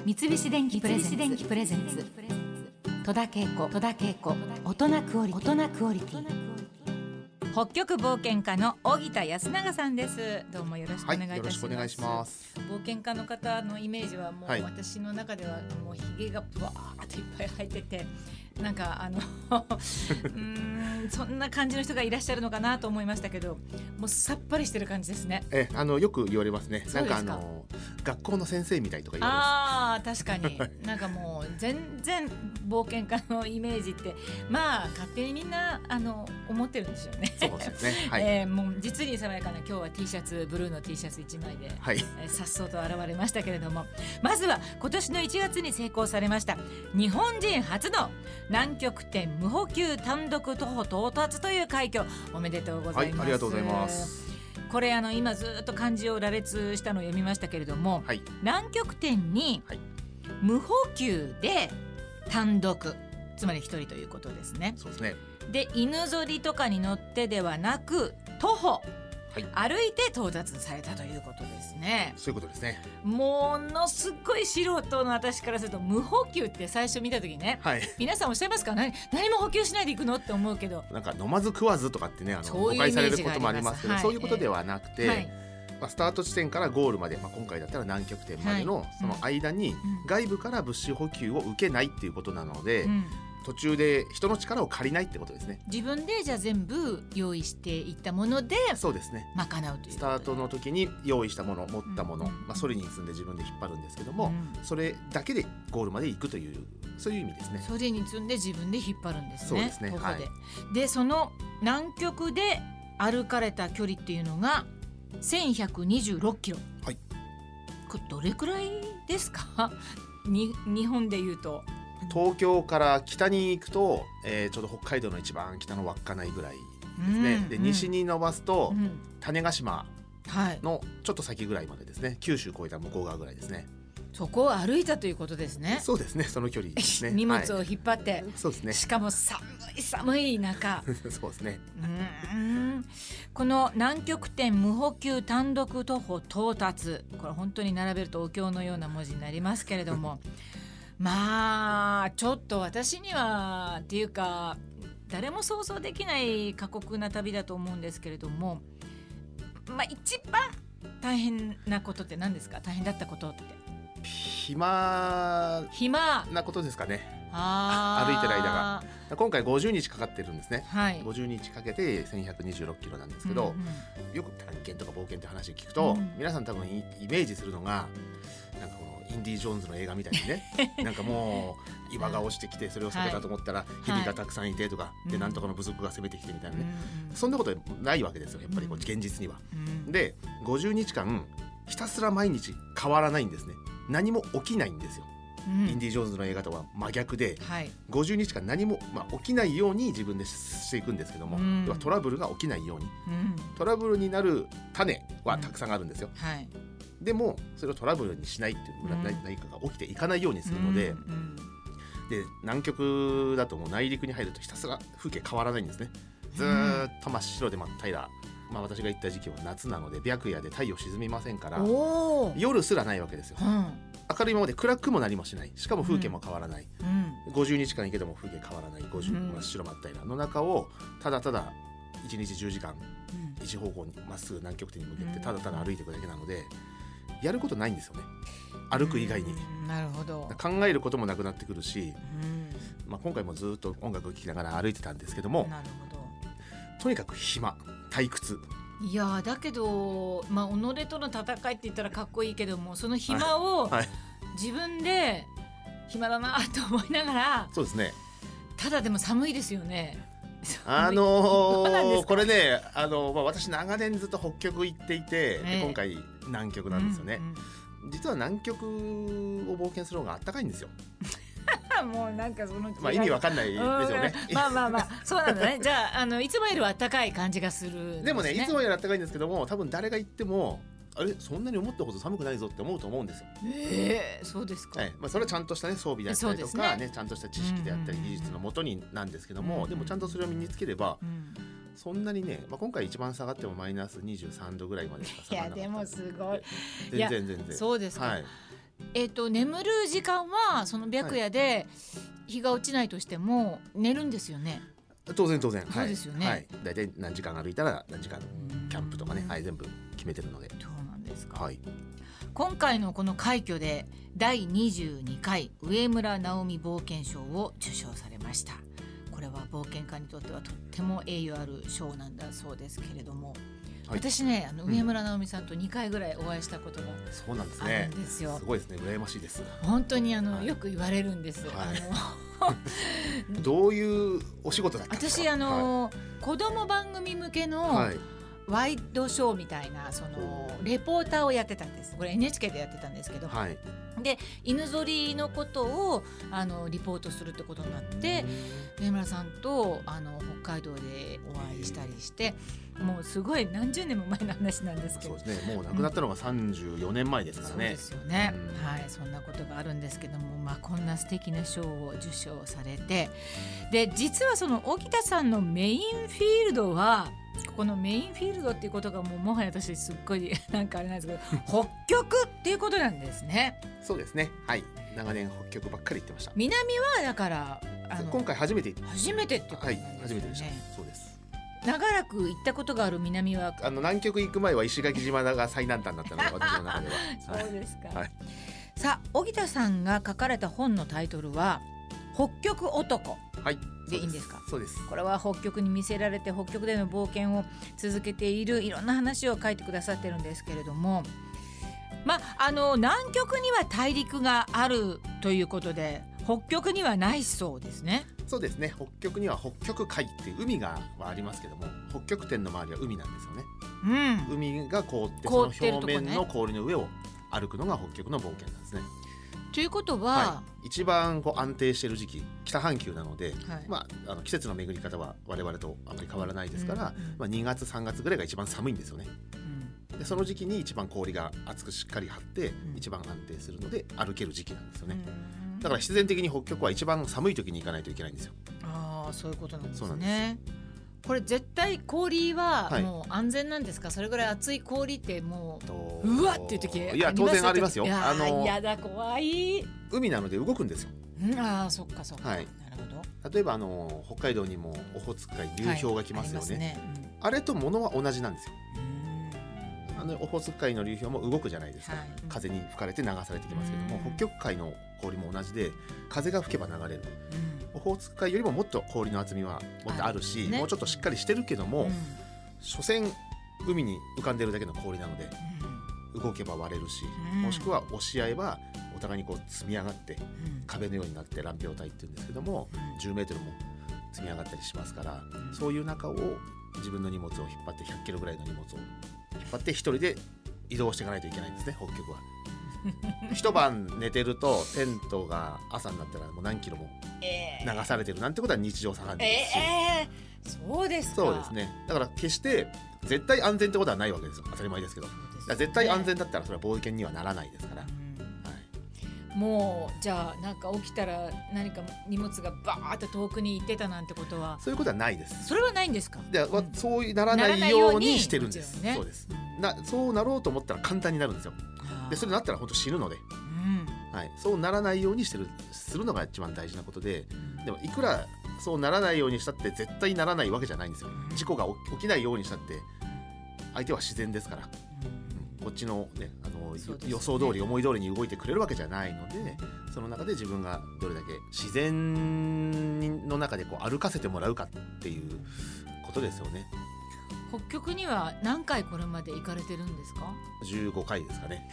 三菱電機プレゼンツ戸田恵子大人クオリティ。北極冒険家の荻田康永さんです。どうもよろしくお願いいたします。 よろしくお願いします。 冒険家の方のイメージはもう、私の中ではもうひげがブワーっていっぱい生えてて、なんかそんな感じの人がいらっしゃるのかなと思いましたけど、もうさっぱりしてる感じですね。 よく言われますね。なんか学校の先生みたいとか言われます。 確かになんかもう全然冒険家のイメージってまあ勝手にみんな思ってるんですよね。 そうですね。 もう実に爽やかな今日は T シャツブルーの T シャツ1枚で、さっそうと現れましたけれども、まずは今年の1月に成功されました日本人初の南極点無補給単独徒歩到達という快挙、おめでとうございます。 ありがとうございます。 これ今ずっと漢字を羅列したのを読みましたけれども、南極点に無補給で単独、つまり一人ということですね。 そうですね。 で犬ぞりとかに乗ってではなく徒歩、歩いて到達されたということですね。 そういうことですね。 ものすごい素人の私からすると無補給って最初見た時ね、皆さんおっしゃいますか？何も補給しないで行くのって思うけど、 なんか飲まず食わずとかってね誤解されることもありますけど、そういうことではなくて、スタート地点からゴールまで、今回だったら南極点までのその間に外部から物資補給を受けないっていうことなので、途中で人の力を借りないってことですね。 自分でじゃあ全部用意していったものでそうですね、 賄うという。 スタートの時に用意したもの、持ったもの、ソリに積んで自分で引っ張るんですけども、それだけでゴールまで行くという、そういう意味ですね。 ソリに積んで自分で引っ張るんですね。 そうですね。 徒歩で、でその南極で歩かれた距離っていうのが1126キロ、これどれくらいですか？日本でいうと東京から北に行くと、ちょうど北海道の一番北の稚内ぐらいですね。で西に伸ばすと、種子島のちょっと先ぐらいまでですね。九州越えた向こう側ぐらいですね。 そこを歩いたということですね。 そうですね、その距離ですね。 荷物を引っ張って、 そうですね。 しかも寒い中そうですね。 この南極点無補給単独徒歩到達、これ本当に並べるとお経のような文字になりますけれどもまあちょっと私にはっていうか誰も想像できない過酷な旅だと思うんですけれども、一番大変なことって何ですか？大変だったことって。 暇なことですかね。歩いてる間が今回50日かかってるんですね。50日かけて1126キロなんですけど、よく探検とか冒険って話を聞くと、皆さん多分イメージするのがなんかこのインディ・ジョーンズの映画みたいにねなんかもう岩が落ちてきてそれを避けたと思ったら蛇がたくさんいてとか、でなんとかの部族が攻めてきてみたいなね、そんなことないわけですよ、やっぱり現実には。で50日間ひたすら毎日変わらないんですね。何も起きないんですよ。インディ・ジョーンズの映画とは真逆で、50日間何も、起きないように自分でしていくんですけども、トラブルが起きないように、トラブルになる種はたくさんあるんですよ。でもそれをトラブルにしないっていう何かが起きていかないようにするので、で南極だともう内陸に入るとひたすら風景変わらないんですね。ずーっと真っ白で真っ平ら。私が行った時期は夏なので白夜で太陽沈みませんから、夜すらないわけですよ。明るいままで暗くもなりもしない。しかも風景も変わらない、50日間行けども風景変わらない、真っ白真っ平らの中をただただ1日10時間、一方向にまっすぐ南極点に向けてただただ歩いていくだけなので、やることないんですよね、歩く以外に。 なるほど。 考えることもなくなってくるし、今回もずっと音楽を聴きながら歩いてたんですけども、 なるほど。 とにかく暇、退屈。 いやだけど、己との戦いって言ったらかっこいいけども、その暇を自分で暇だなと思いながら、 そうですね。 ただでも寒いですよね。 これね、私長年ずっと北極行っていて、で今回南極なんですよね。実は南極を冒険する方があったかいんですよ。 もうなんかその意味わかんないですよね。 そうなんだね。じゃあいつもよりは暖かい感じがするんですね。 でもね、いつもより暖かいんですけども、多分誰が行ってもあれそんなに思ったほど寒くないぞって思うと思うんですよ。 そうですか。 それはちゃんとした、装備だったりとか、ちゃんとした知識であったり技術のもとになんですけども、でもちゃんとそれを身につければ、そんなにね、今回一番下がってもマイナス23度ぐらいまでしか下がらなかった。 いやでもすごい。 全然そうですか。 眠る時間はその白夜で日が落ちないとしても寝るんですよね。 当然そうですよね、 はい、だいたい何時間歩いたら何時間キャンプとかね、はい、全部決めてるので。 そうなんですか、 はい、 今回のこの快挙で第22回上村直美冒険賞を受賞されました。これは冒険家にとってはとっても栄誉ある賞なんだそうですけれども、はい、私ね上村直美さんと2回ぐらいお会いしたことがそうなんですあね。 るんですよ。 すごいですね、羨ましいです。 本当にはい、 よく言われるんです、 はい、どういうお仕事だったんですか。 私子供番組向けの、はい、ワイドショーみたいなそのレポーターをやってたんです。これ NHK でやってたんですけど、はい、で犬ぞりのことをリポートするってことになって上村さんと北海道でお会いしたりして、もうすごい何十年も前の話なんですけど、 そうですね、もう亡くなったのが34年前ですからね、 そうですよね、はい、そんなことがあるんですけども、こんな素敵な賞を受賞されて、で実はその沖田さんのメインフィールドはここのメインフィールドっていうことがもはや私すっごいなんかあれなんですけど北極っていうことなんですね。 そうですね、はい、長年北極ばっかり行ってました。 南はだから今回初めてっていうことなんですよね。 はい、 初めてでした。そうです。 長らく行ったことがある南は南極行く前は石垣島が最南端だったのが私の中ではそうですか、 はい、 さあ沖田さんが書かれた本のタイトルは北極男、 はい、 でいいんですか。 そうです。 これは北極に魅せられて北極での冒険を続けているいろんな話を書いてくださってるんですけれども、南極には大陸があるということで北極にはないそうですね。 そうですね、北極には北極海っていう海がありますけども、北極点の周りは海なんですよね、海が凍ってその表面の氷の上を歩くのが北極の冒険なんですね。 ということは、 一番安定している時期北半球なので、季節の巡り方は我々とあまり変わらないですから、2月3月ぐらいが一番寒いんですよね、でその時期に一番氷が厚くしっかり張って、一番安定するので歩ける時期なんですよね、だから必然的に北極は一番寒い時に行かないといけないんですよ。 ああ、そういうことなんですね。 そうなんです。 これ絶対氷はもう安全なんですか、それぐらい熱い氷ってもうわっていう時いや当然ありますよ。 やだ怖い。 海なので動くんですよ。 ああそっかそっか、なるほど。 例えば北海道にもオホーツク海流氷が来ますよね、あれと物は同じなんですよ。オホーツク海の流氷も動くじゃないですか、風に吹かれて流されてきますけども、北極海の氷も同じで風が吹けば流れる、オホーツク海よりももっと氷の厚みはもっとあるし、もうちょっとしっかりしてるけども、所詮海に浮かんでるだけの氷なので、動けば割れるし、もしくは押し合えばお互いに積み上がって、壁のようになって乱氷帯っていうんですけども、10メートルも積み上がったりしますから、そういう中を自分の荷物を引っ張って100キロぐらいの荷物を引っ張って一人で移動していかないといけないんですね、北極は。一晩寝てるとテントが朝になったらもう何キロも流されてるなんてことは日常茶飯事ですし、 そうですか。 そうですね。だから決して絶対安全ってことはないわけですよ。当たり前ですけど、絶対安全だったらそれは冒険にはならないですから、 もうじゃあなんか起きたら何か荷物がバーッと遠くに行ってたなんてことは、 そういうことはないです。 それはないんですか。 で、そうならないようにしてるんです。そうです。そうなろうと思ったら簡単になるんですよ。でそれになったら本当死ぬので、そうならないようにするのが一番大事なことで、でもいくらそうならないようにしたって絶対ならないわけじゃないんですよ。事故が起きないようにしたって相手は自然ですから、こっちの、予想通り思い通りに動いてくれるわけじゃないので、その中で自分がどれだけ自然の中で歩かせてもらうかっていうことですよね。 北極には何回これまで行かれてるんですか。 15回ですかね。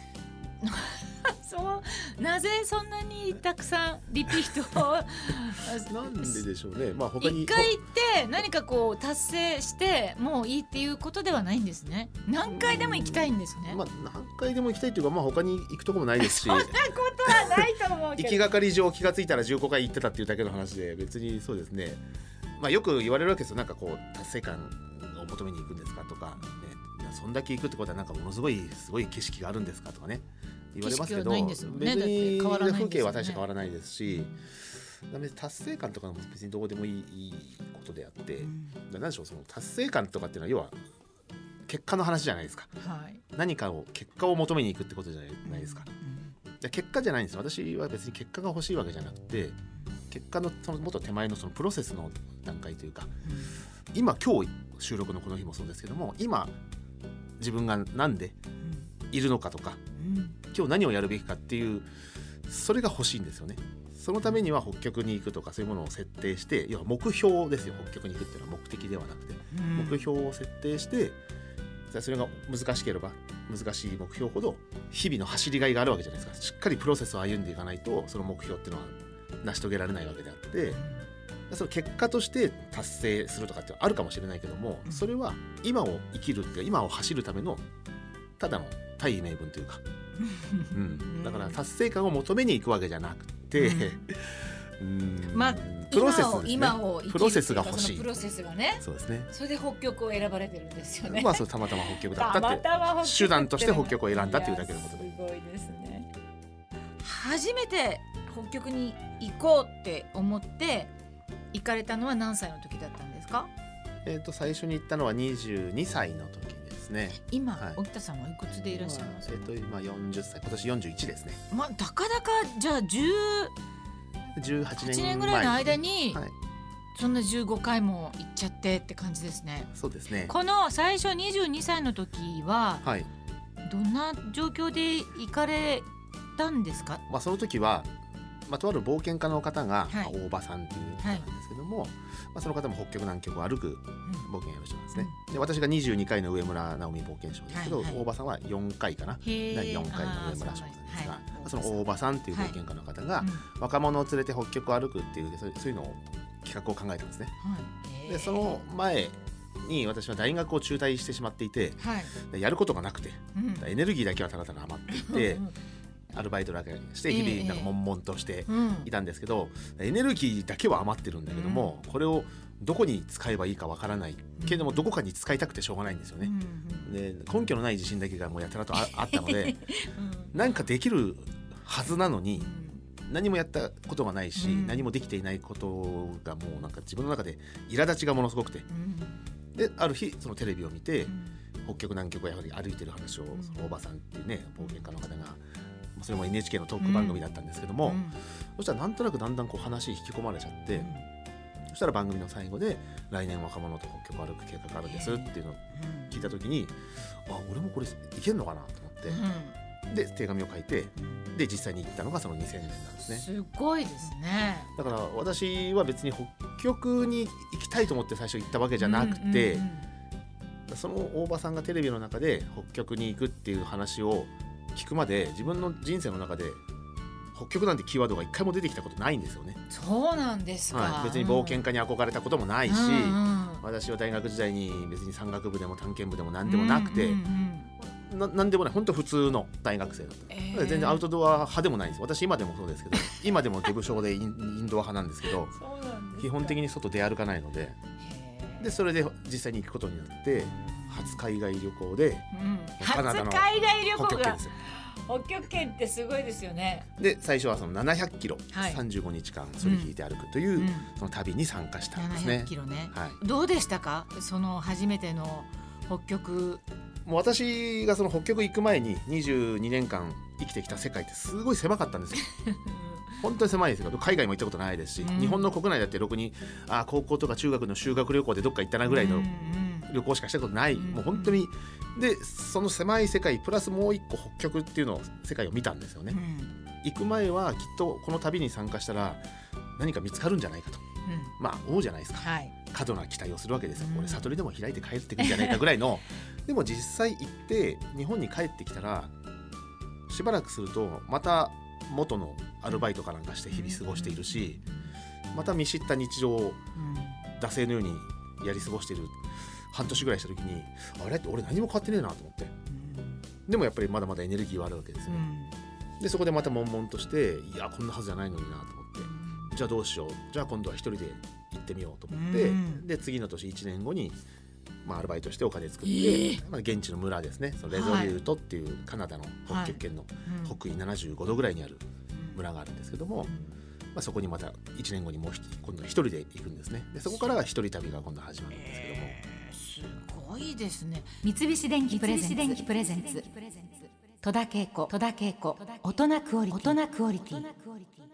なぜそんなにたくさんリピートをなんででしょうね。他に 1回行って何か達成してもういいっていうことではないんですね。何回でも行きたいんですね。 何回でも行きたいっていうか、他に行くとこもないですしそんなことはないと思うけど行きがかり上気がついたら15回行ってたっていうだけの話で、別にそうですね、よく言われるわけですよ。達成感を求めに行くんですかとか、そんだけ行くってことはものすごい景色があるんですかとかね言われますけど、別に風景は大して変わらないですし、達成感とかも別にどうでもいいことであって、何でしょう、その達成感とかっていうのは要は結果の話じゃないですか、何か結果を求めに行くってことじゃないですか、 結果じゃないんです。私は別に結果が欲しいわけじゃなくて、結果のそのもっと手前のそのプロセスの段階というか、今日収録のこの日もそうですけども、今自分がなんでいるのかとか、今日何をやるべきかっていう、それが欲しいんですよね。そのためには北極に行くとかそういうものを設定して、要は目標ですよ。北極に行くっていうのは目的ではなくて、目標を設定して、それが難しければ難しい目標ほど日々の走りがいがあるわけじゃないですか。しっかりプロセスを歩んでいかないとその目標っていうのは成し遂げられないわけであって、その結果として達成するとかってあるかもしれないけども、それは今を生きるっていうか、今を走るためのただの大義名分というか、だから達成感を求めに行くわけじゃなくて、 まあプロセスですね。 今を生きるプロセスが欲しい。 そのプロセスがね。 そうですね。 それで北極を選ばれてるんですよね。 まあそれたまたま北極だったって手段として北極を選んだっていうだけのことで。 すごいですね。初めて北極に行こうって思って行かれたのは何歳の時だったんですか？ 最初に行ったのは22歳の時ですね。 今、沖田さんはいくつでいらっしゃいますか？ 今40歳、今年41ですね。 まあたかだかじゃあ 18 年ぐらいの間に、そんな15回も行っちゃってって感じですね。 そうですね。 この最初22歳の時は、どんな状況で行かれたんですか？ その時は、とある冒険家の方が、大場さんっていう方なんですけども、その方も北極南極を歩く冒険やる人なんですね。で、私が22回の上村直美冒険賞ですけど、大場さんは4回かな、第4回の上村賞なんですが、その大場さんっていう冒険家の方が、若者を連れて北極を歩くっていう、そういうのを企画を考えたんですね。で、その前に私は大学を中退してしまっていて、やることがなくて、エネルギーだけはただただ余っていて、アルバイトだけして日々悶々としていたんですけど、エネルギーだけは余ってるんだけども、これをどこに使えばいいかわからないけれども、どこかに使いたくてしょうがないんですよね。で、根拠のない自信だけがもうやたらと あったのでなんかできるはずなのに何もやったことがないし、何もできていないことがもうなんか自分の中で苛立ちがものすごくて、である日そのテレビを見て、北極南極をやはり歩いてる話をそのおばさんっていうね冒険家の方が、それも NHK のトーク番組だったんですけども、そしたらなんとなくだんだんこう話引き込まれちゃって、そしたら番組の最後で来年若者と北極を歩く計画あるんですっていうのを聞いた時に、俺もこれいけるのかなと思って、で手紙を書いて、で実際に行ったのがその2000年なんですね。 すごいですね。 だから私は別に北極に行きたいと思って最初行ったわけじゃなくて、その大場さんがテレビの中で北極に行くっていう話を聞くまで、自分の人生の中で北極なんてキーワードが一回も出てきたことないんですよね。 そうなんですか。 別に冒険家に憧れたこともないし、私は大学時代に別に山岳部でも探検部でも何でもなくて、何でもない本当普通の大学生だった、全然アウトドア派でもないんです。私今でもそうですけど今でも下部症でインドア派なんですけど基本的に外出歩かないので、それで実際に行くことになって初海外旅行で、カナダの北極圏ですよ。 北極圏ってすごいですよね。 で最初はその700キロ、35日間それ引いて歩くという、その旅に参加したんですね。 700キロね、どうでしたか、その初めての北極。 もう私がその北極行く前に22年間生きてきた世界ってすごい狭かったんですよ本当に狭いですよ。海外も行ったことないですし、日本の国内だってろくに高校とか中学の修学旅行でどっか行ったなぐらいの旅行しかしたことない、もう本当に。でその狭い世界プラスもう一個北極っていうのを世界を見たんですよね。行く前はきっとこの旅に参加したら何か見つかるんじゃないかと、思うじゃないですか、過度な期待をするわけですよ。これ悟りでも開いて帰ってくるんじゃないかぐらいのでも実際行って日本に帰ってきたらしばらくするとまた元のアルバイトかなんかして日々過ごしているし、また見知った日常を惰性のようにやり過ごしている半年ぐらいした時に、あれって俺何も変わってねえなと思って、でもやっぱりまだまだエネルギーはあるわけですよ、でそこでまた悶々として、いやこんなはずじゃないのになと思って、じゃあどうしよう、じゃあ今度は一人で行ってみようと思って、で次の年1年後に、アルバイトしてお金作って、現地の村ですね、そのレゾリュートっていうカナダの北極圏の北緯75度ぐらいにある村があるんですけども、そこにまた1年後にもう今度は一人で行くんですね。でそこからが一人旅が今度始まるんですけども、 すごいですね。 三菱電機プレゼンツ戸田恵子大人クオリティ。